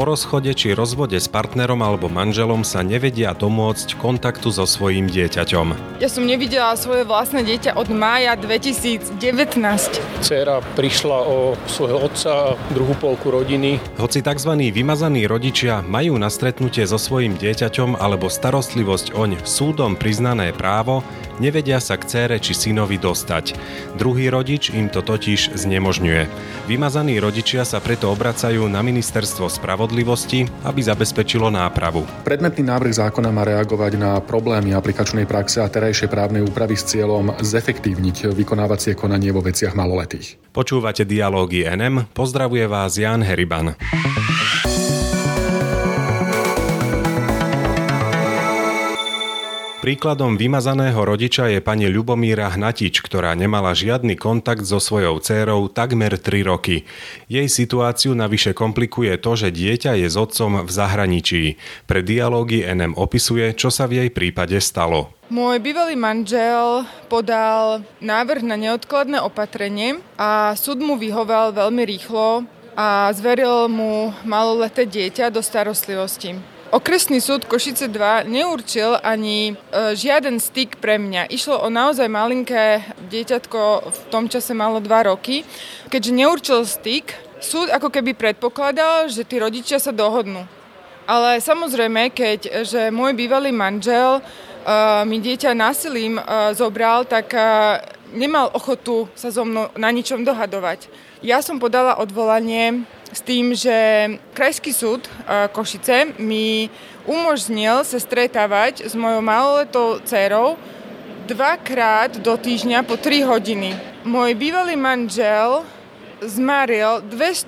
po rozchode či rozvode s partnerom alebo manželom sa nevedia domôcť kontaktu so svojím dieťaťom. Ja som nevidela svoje vlastné dieťa od mája 2019. Dcéra prišla o svojho otca a druhú polku rodiny. Hoci tzv. Vymazaní rodičia majú na stretnutie so svojím dieťaťom alebo starostlivosť oň súdom priznané právo, nevedia sa k dcére či synovi dostať. Druhý rodič im to totiž znemožňuje. Vymazaní rodičia sa preto obracajú na Ministerstvo spravodlivosti, aby zabezpečilo nápravu. Predmetný návrh zákona má reagovať na problémy aplikačnej praxe a terajšej právnej úpravy s cieľom zefektívniť vykonávacie konanie vo veciach maloletých. Počúvate Dialógy NM, pozdravuje vás Ján Heriban. Príkladom vymazaného rodiča je pani Ľubomíra Hnatič, ktorá nemala žiadny kontakt so svojou dcérou takmer 3 roky. Jej situáciu navyše komplikuje to, že dieťa je s otcom v zahraničí. Pre Dialógy NM opisuje, čo sa v jej prípade stalo. Môj bývalý manžel podal návrh na neodkladné opatrenie a súd mu vyhovel veľmi rýchlo a zveril mu maloleté dieťa do starostlivosti. Okresný súd Košice 2 neurčil ani žiaden styk pre mňa. Išlo o naozaj malinké dieťatko, v tom čase malo 2 roky. Keďže neurčil styk, súd ako keby predpokladal, že tí rodičia sa dohodnú. Ale samozrejme, keďže môj bývalý manžel mi dieťa násilím zobral, tak nemal ochotu sa so mnou na ničom dohadovať. Ja som podala odvolanie s tým, že Krajský súd Košice mi umožnil sa stretávať s mojou maloletou dcérou 2-krát do týždňa po 3 hodiny. Môj bývalý manžel zmaril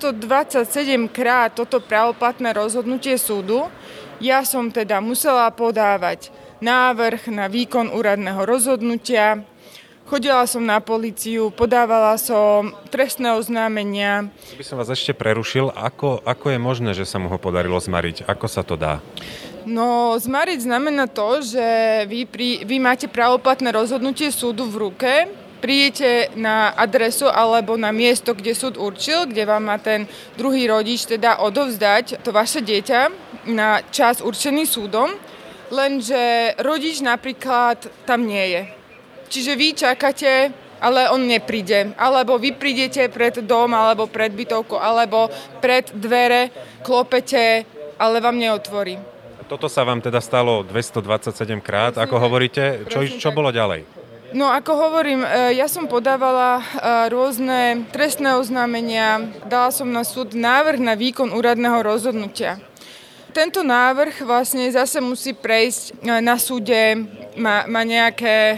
227 krát toto právoplatné rozhodnutie súdu. Ja som teda musela podávať návrh na výkon úradného rozhodnutia. Chodila som na políciu, podávala som trestné oznámenia. By som vás ešte prerušil, ako je možné, že sa mu ho podarilo zmariť? Ako sa to dá? No, zmariť znamená to, že vy máte právoplatné rozhodnutie súdu v ruke, prídete na adresu alebo na miesto, kde súd určil, kde vám má ten druhý rodič teda odovzdať to vaše dieťa na čas určený súdom, lenže rodič napríklad tam nie je. Čiže vy čakáte, ale on nepríde. Alebo vy prídete pred dom, alebo pred bytovku, alebo pred dvere, klopete, ale vám neotvorí. Toto sa vám teda stalo 227 krát, ako hovoríte. Čo bolo ďalej? No ako hovorím, ja som podávala rôzne trestné oznámenia, dala som na súd návrh na výkon úradného rozhodnutia. Tento návrh vlastne zase musí prejsť na súde, má nejaké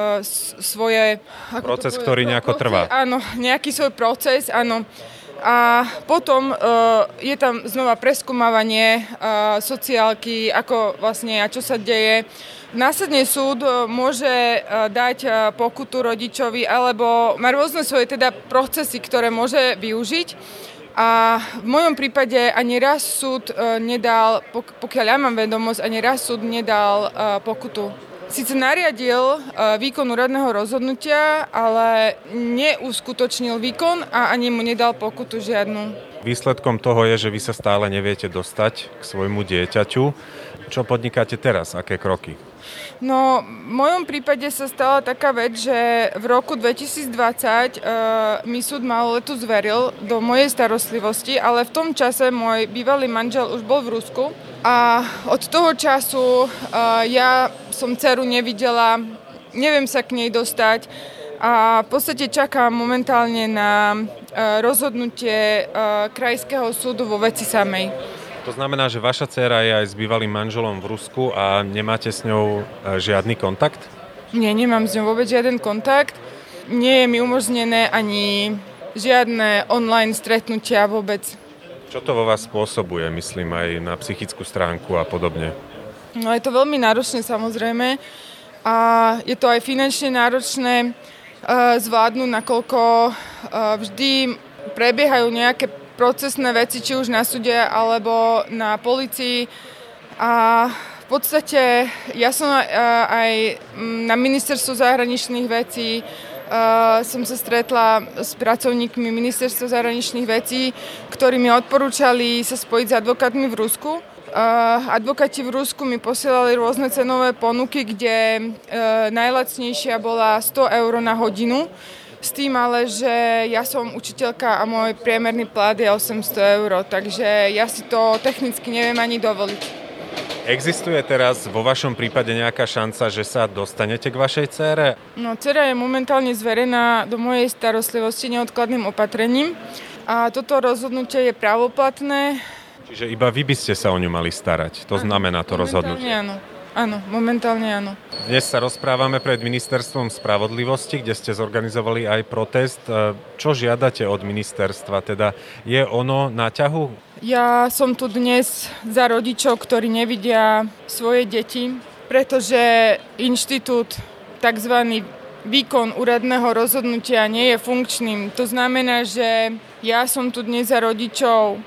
svoje... Proces, ktorý nejako trvá. Áno, nejaký svoj proces, áno. A potom je tam znova preskúmavanie sociálky, ako vlastne a čo sa deje. Následne súd môže dať pokutu rodičovi alebo má rôzne svoje teda procesy, ktoré môže využiť. A v mojom prípade ani raz súd nedal, pokiaľ ja mám vedomosť, ani raz súd nedal pokutu. Sice nariadil výkon úradného rozhodnutia, ale neuskutočnil výkon a ani mu nedal pokutu žiadnu. Výsledkom toho je, že vy sa stále neviete dostať k svojmu dieťaťu. Čo podnikáte teraz? Aké kroky? No, v mojom prípade sa stala taká vec, že v roku 2020 mi súd maloletu zveril do mojej starostlivosti, ale v tom čase môj bývalý manžel už bol v Rusku a od toho času ja som dceru nevidela, neviem sa k nej dostať a v podstate čakám momentálne na rozhodnutie Krajského súdu vo veci samej. To znamená, že vaša dcéra je aj s bývalým manželom v Rusku a nemáte s ňou žiadny kontakt? Nie, nemám s ňou vôbec žiaden kontakt. Nie je mi umožnené ani žiadne online stretnutia vôbec. Čo to vo vás spôsobuje, myslím, aj na psychickú stránku a podobne? No je to veľmi náročné samozrejme a je to aj finančne náročné zvládnuť, nakoľko vždy prebiehajú nejaké procesné veci, či už na súde, alebo na polícii. A v podstate ja som aj na ministerstvu zahraničných vecí som sa stretla s pracovníkmi Ministerstva zahraničných vecí, ktorí mi odporúčali sa spojiť s advokátmi v Rusku. Advokáti v Rusku mi posielali rôzne cenové ponuky, kde najlacnejšia bola 100 eur na hodinu, s tým ale, že ja som učiteľka a môj priemerný plat je 800 eur, takže ja si to technicky neviem ani dovoliť. Existuje teraz vo vašom prípade nejaká šanca, že sa dostanete k vašej dcére? No, dcera je momentálne zverená do mojej starostlivosti neodkladným opatrením a toto rozhodnutie je právoplatné. Čiže iba vy by ste sa o ňu mali starať. To znamená to rozhodnutie. Áno, momentálne áno. Dnes sa rozprávame pred Ministerstvom spravodlivosti, kde ste zorganizovali aj protest. Čo žiadate od ministerstva? Teda je ono na ťahu? Ja som tu dnes za rodičov, ktorí nevidia svoje deti, pretože inštitút tzv. Výkon úradného rozhodnutia nie je funkčným. To znamená, že ja som tu dnes za rodičov,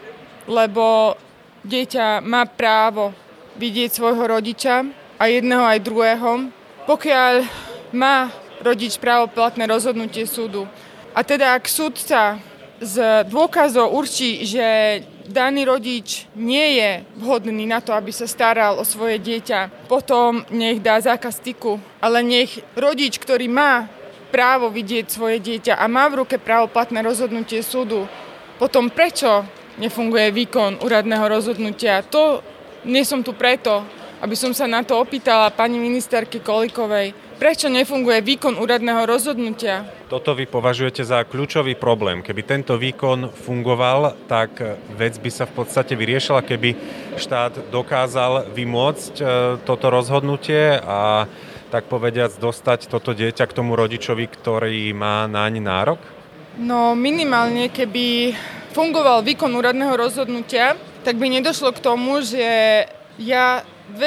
lebo dieťa má právo vidieť svojho rodiča a jedného aj druhého, pokiaľ má rodič právoplatné rozhodnutie súdu. A teda ak súdca z dôkazov určí, že daný rodič nie je vhodný na to, aby sa staral o svoje dieťa, potom nech dá zákaz styku. Ale nech rodič, ktorý má právo vidieť svoje dieťa a má v ruke právoplatné rozhodnutie súdu, potom prečo nefunguje výkon úradného rozhodnutia? To nie som tu preto, aby som sa na to opýtala pani ministerky Kolíkovej. Prečo nefunguje výkon úradného rozhodnutia? Toto vy považujete za kľúčový problém. Keby tento výkon fungoval, tak vec by sa v podstate vyriešila, keby štát dokázal vymôcť toto rozhodnutie a tak povediac dostať toto dieťa k tomu rodičovi, ktorý má naň nárok? No minimálne, keby fungoval výkon úradného rozhodnutia, tak by nedošlo k tomu, že ja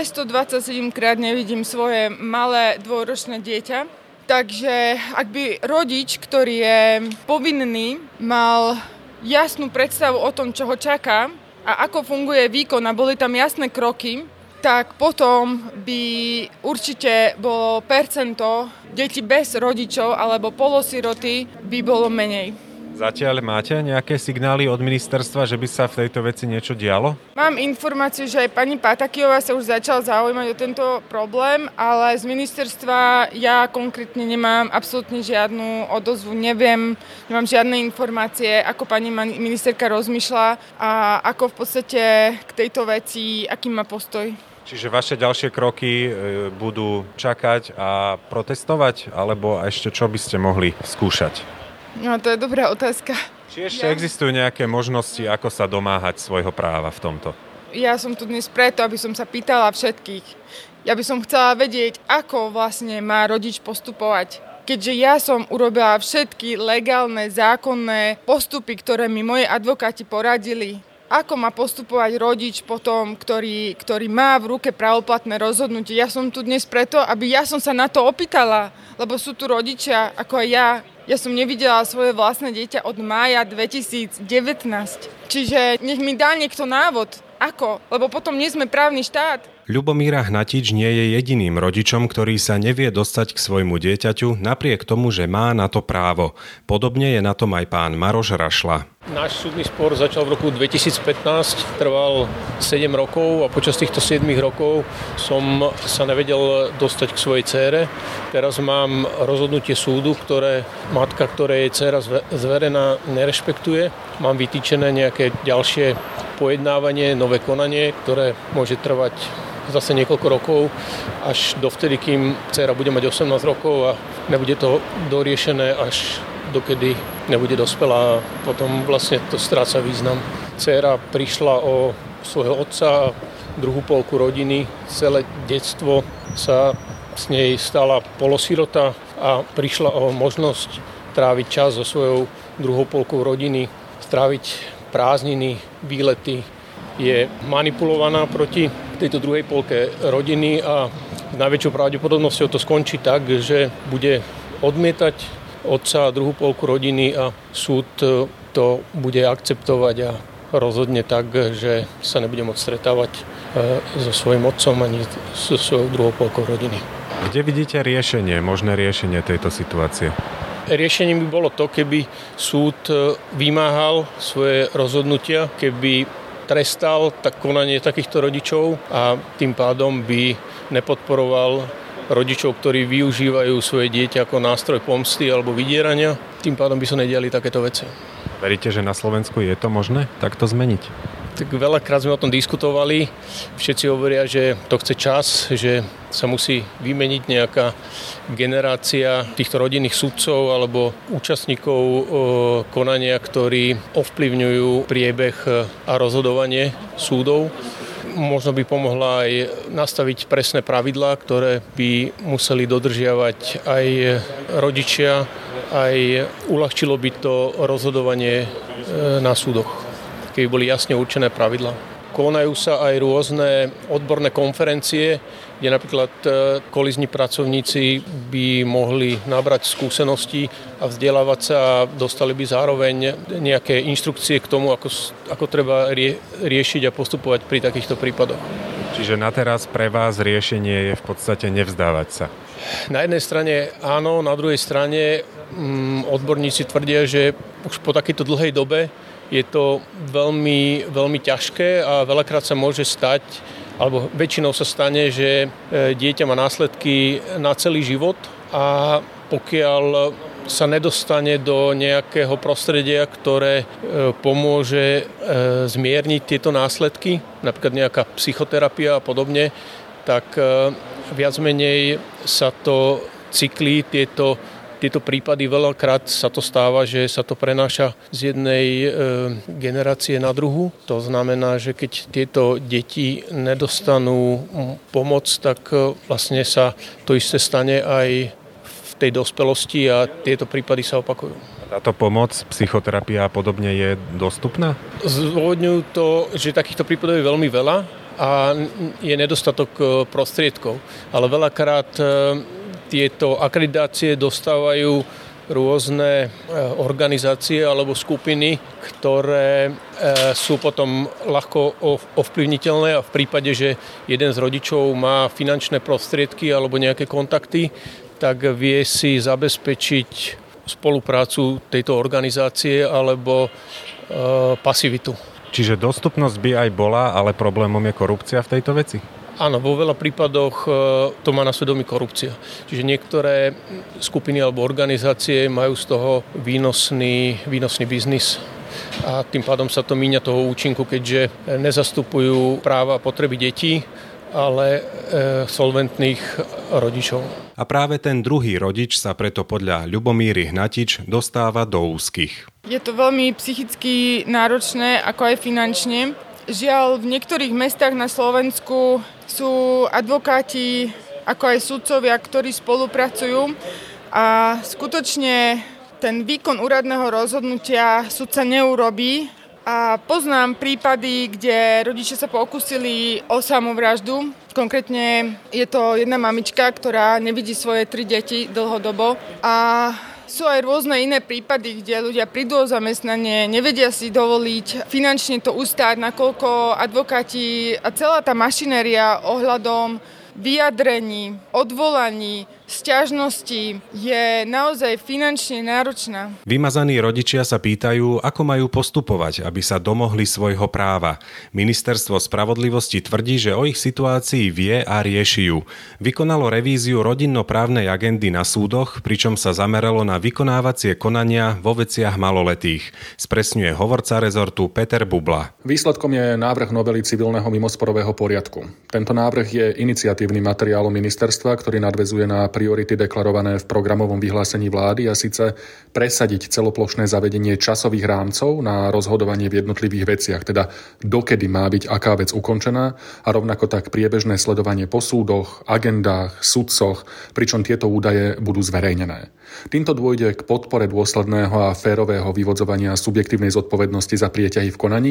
227 krát nevidím svoje malé dvojročné dieťa. Takže ak by rodič, ktorý je povinný, mal jasnú predstavu o tom, čo ho čaká a ako funguje výkon a boli tam jasné kroky, tak potom by určite bolo percento detí bez rodičov alebo polosiroty by bolo menej. Zatiaľ máte nejaké signály od ministerstva, že by sa v tejto veci niečo dialo? Mám informáciu, že aj pani Patakijová sa už začala zaujímať o tento problém, ale z ministerstva ja konkrétne nemám absolútne žiadnu odozvu, nemám žiadne informácie, ako pani ministerka rozmýšľa a ako v podstate k tejto veci, aký má postoj. Čiže vaše ďalšie kroky budú čakať a protestovať, alebo ešte čo by ste mohli skúšať? No, to je dobrá otázka. Či ešte existujú nejaké možnosti, ako sa domáhať svojho práva v tomto? Ja som tu dnes preto, aby som sa pýtala všetkých. Ja by som chcela vedieť, ako vlastne má rodič postupovať. Keďže ja som urobila všetky legálne, zákonné postupy, ktoré mi moji advokáti poradili, ako má postupovať rodič potom, ktorý má v ruke právoplatné rozhodnutie. Ja som tu dnes preto, aby ja som sa na to opýtala, lebo sú tu rodičia, ako aj ja. Ja som nevidela svoje vlastné dieťa od mája 2019. Čiže nech mi dá niekto návod. Ako? Lebo potom nie sme právny štát. Ľubomíra Hnatič nie je jediným rodičom, ktorý sa nevie dostať k svojmu dieťaťu, napriek tomu, že má na to právo. Podobne je na tom aj pán Maroš Rašla. Náš súdny spor začal v roku 2015, trval 7 rokov a počas týchto 7 rokov som sa nevedel dostať k svojej dcére. Teraz mám rozhodnutie súdu, ktoré matka, ktorej je dcéra zverená, nerešpektuje. Mám vytýčené nejaké ďalšie pojednávanie, nové konanie, ktoré môže trvať zase niekoľko rokov, až dovtedy, kým dcéra bude mať 18 rokov a nebude to doriešené, až dokedy nebude dospelá a potom vlastne to stráca význam. Dcéra prišla o svojho otca a druhú polku rodiny. Celé detstvo sa s nej stala polosirota a prišla o možnosť tráviť čas so svojou druhou polkou rodiny, stráviť prázdniny, výlety. Je manipulovaná proti tejto druhej polke rodiny a s najväčšou pravdepodobnosťou to skončí tak, že bude odmietať otca a druhú polku rodiny a súd to bude akceptovať a rozhodne tak, že sa nebude môcť stretávať so svojím otcom ani so svojou druhou polkou rodiny. Kde vidíte riešenie, možné riešenie tejto situácie? Riešením by bolo to, keby súd vymáhal svoje rozhodnutia, keby trestal tak konanie takýchto rodičov a tým pádom by nepodporoval rodičov, ktorí využívajú svoje dieťa ako nástroj pomsty alebo vydierania. Tým pádom by sa nediali takéto veci. Veríte, že na Slovensku je to možné takto zmeniť? Tak veľakrát sme o tom diskutovali. Všetci hovoria, že to chce čas, že sa musí vymeniť nejaká generácia týchto rodinných sudcov alebo účastníkov konania, ktorí ovplyvňujú priebeh a rozhodovanie súdov. Možno by pomohla aj nastaviť presné pravidlá, ktoré by museli dodržiavať aj rodičia, aj uľahčilo by to rozhodovanie na súdoch, keby boli jasne určené pravidlá. Konajú sa aj rôzne odborné konferencie, kde napríklad kolízni pracovníci by mohli nabrať skúsenosti a vzdelávať sa a dostali by zároveň nejaké inštrukcie k tomu, ako treba riešiť a postupovať pri takýchto prípadoch. Čiže na teraz pre vás riešenie je v podstate nevzdávať sa? Na jednej strane áno, na druhej strane odborníci tvrdia, že už po takejto dlhej dobe je to veľmi, veľmi ťažké a veľakrát sa môže stať, alebo väčšinou sa stane, že dieťa má následky na celý život a pokiaľ sa nedostane do nejakého prostredia, ktoré pomôže zmierniť tieto následky, napríklad nejaká psychoterapia a podobne, tak viac menej sa to cyklí, tieto prípady, veľakrát sa to stáva, že sa to prenáša z jednej generácie na druhú. To znamená, že keď tieto deti nedostanú pomoc, tak vlastne sa to isté stane aj v tej dospelosti a tieto prípady sa opakujú. Táto pomoc, psychoterapia a podobne je dostupná? Zdôvodňujú to, že takýchto prípadov je veľmi veľa a je nedostatok prostriedkov. Ale veľakrát tieto akreditácie dostávajú rôzne organizácie alebo skupiny, ktoré sú potom ľahko ovplyvniteľné a v prípade, že jeden z rodičov má finančné prostriedky alebo nejaké kontakty, tak vie si zabezpečiť spoluprácu tejto organizácie alebo pasivitu. Čiže dostupnosť by aj bola, ale problémom je korupcia v tejto veci? Áno, vo veľa prípadoch to má na svedomí korupcia. Čiže niektoré skupiny alebo organizácie majú z toho výnosný biznis a tým pádom sa to míňa toho účinku, keďže nezastupujú práva a potreby detí, ale solventných rodičov. A práve ten druhý rodič sa preto podľa Ľubomíry Hnatič dostáva do úzkých. Je to veľmi psychicky náročné, ako aj finančne. Žiaľ, v niektorých mestách na Slovensku sú advokáti, ako aj sudcovia, ktorí spolupracujú a skutočne ten výkon úradného rozhodnutia sudca neurobí. A poznám prípady, kde rodičia sa pokúsili o samovraždu. Konkrétne je to jedna mamička, ktorá nevidí svoje 3 deti dlhodobo. A sú aj rôzne iné prípady, kde ľudia prídu o zamestnanie, nevedia si dovoliť finančne to ustáť, nakoľko advokáti a celá tá mašinéria ohľadom vyjadrení, odvolaní, sťažnosti je naozaj finančne náročná. Vymazaní rodičia sa pýtajú, ako majú postupovať, aby sa domohli svojho práva. Ministerstvo spravodlivosti tvrdí, že o ich situácii vie a rieši ju. Vykonalo revíziu rodinnoprávnej agendy na súdoch, pričom sa zameralo na vykonávacie konania vo veciach maloletých. Spresňuje hovorca rezortu Peter Bubla. Výsledkom je návrh novely civilného mimosporového poriadku. Tento návrh je iniciatívnym materiálom ministerstva, ktorý nadväzuje na priority deklarované v programovom vyhlásení vlády a síce presadiť celoplošné zavedenie časových rámcov na rozhodovanie v jednotlivých veciach, teda dokedy má byť aká vec ukončená a rovnako tak priebežné sledovanie po súdoch, agendách, sudcoch, pričom tieto údaje budú zverejnené. Týmto dôjde k podpore dôsledného a férového vyvodzovania subjektívnej zodpovednosti za prieťahy v konaní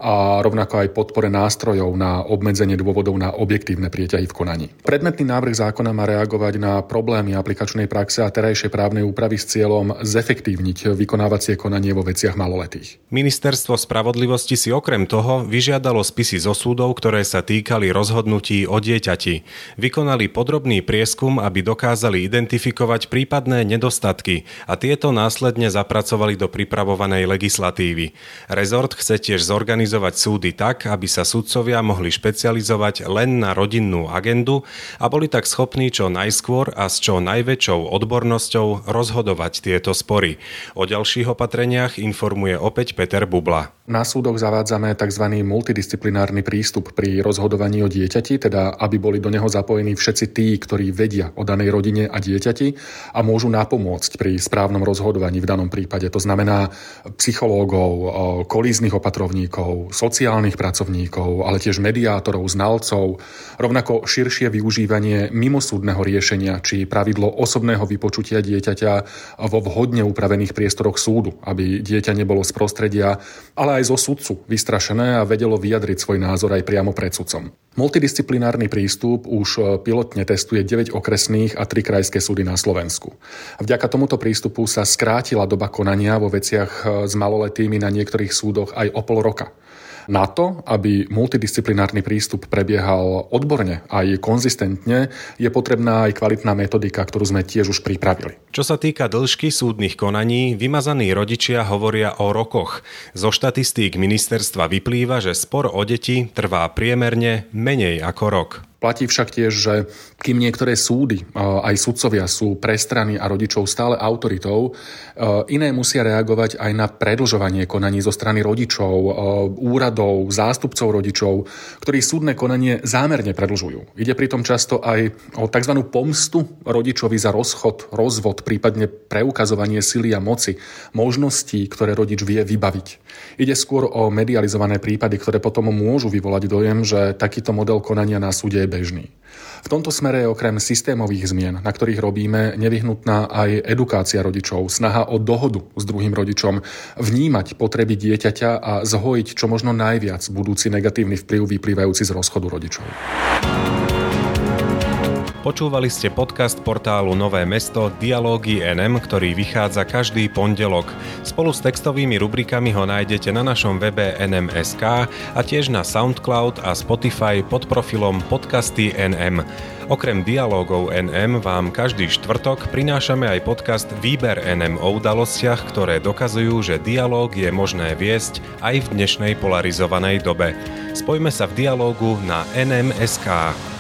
a rovnako aj podpore nástrojov na obmedzenie dôvodov na objektívne prieťahy v konaní. Predmetný návrh zákona má reagovať na problémy aplikačnej praxe a terajšej právnej úpravy s cieľom zefektívniť vykonávacie konanie vo veciach maloletých. Ministerstvo spravodlivosti si okrem toho vyžiadalo spisy zo súdov, ktoré sa týkali rozhodnutí o dieťati. Vykonali podrobný prieskum, aby dokázali identifikovať prípadné nedostatky a tieto následne zapracovali do pripravovanej legislatívy. Rezort chce tiež zorganizovať súdy tak, aby sa sudcovia mohli špecializovať len na rodinnú agendu a boli tak schopní čo najskôr a s čo najväčšou odbornosťou rozhodovať tieto spory. O ďalších opatreniach informuje opäť Peter Bubla. Na súdoch zavádzame tzv. Multidisciplinárny prístup pri rozhodovaní o dieťati, teda aby boli do neho zapojení všetci tí, ktorí vedia o danej rodine a dieťati a môžu napomôcť pri správnom rozhodovaní v danom prípade. To znamená psychológov, kolíznych opatrovníkov, sociálnych pracovníkov, ale tiež mediátorov, znalcov, rovnako širšie využívanie mimosúdneho riešenia či pravidlo osobného vypočutia dieťaťa vo vhodne upravených priestoroch súdu, aby dieťa nebolo z prostredia, ale aj zo sudcu vystrašené a vedelo vyjadriť svoj názor aj priamo pred sudcom. Multidisciplinárny prístup už pilotne testuje 9 okresných a 3 krajské súdy na Slovensku. Vďaka tomuto prístupu sa skrátila doba konania vo veciach s maloletými na niektorých súdoch aj o pol roka. Na to, aby multidisciplinárny prístup prebiehal odborne aj konzistentne, je potrebná aj kvalitná metodika, ktorú sme tiež už pripravili. Čo sa týka dĺžky súdnych konaní, vymazaní rodičia hovoria o rokoch. Zo štatistík ministerstva vyplýva, že spor o deti trvá priemerne menej ako rok. Platí však tiež, že kým niektoré súdy, aj sudcovia sú pre strany a rodičov stále autoritou, iné musia reagovať aj na predĺžovanie konaní zo strany rodičov, úradov, zástupcov rodičov, ktorí súdne konanie zámerne predĺžujú. Ide pritom často aj o tzv. Pomstu rodičovi za rozvod, prípadne preukazovanie sily a moci, možností, ktoré rodič vie vybaviť. Ide skôr o medializované prípady, ktoré potom môžu vyvolať dojem, že takýto model konania na súde je bežný. V tomto smere je okrem systémových zmien, na ktorých robíme, nevyhnutná aj edukácia rodičov, snaha o dohodu s druhým rodičom, vnímať potreby dieťaťa a zhojiť čo možno najviac budúci negatívny vplyv vyplývajúci z rozchodu rodičov. Počúvali ste podcast portálu Nové mesto Dialógy NM, ktorý vychádza každý pondelok. Spolu s textovými rubrikami ho nájdete na našom webe nm.sk a tiež na SoundCloud a Spotify pod profilom Podcasty NM. Okrem Dialógov NM vám každý štvrtok prinášame aj podcast Výber NM o udalostiach, ktoré dokazujú, že dialóg je možné viesť aj v dnešnej polarizovanej dobe. Spojme sa v dialógu na nm.sk.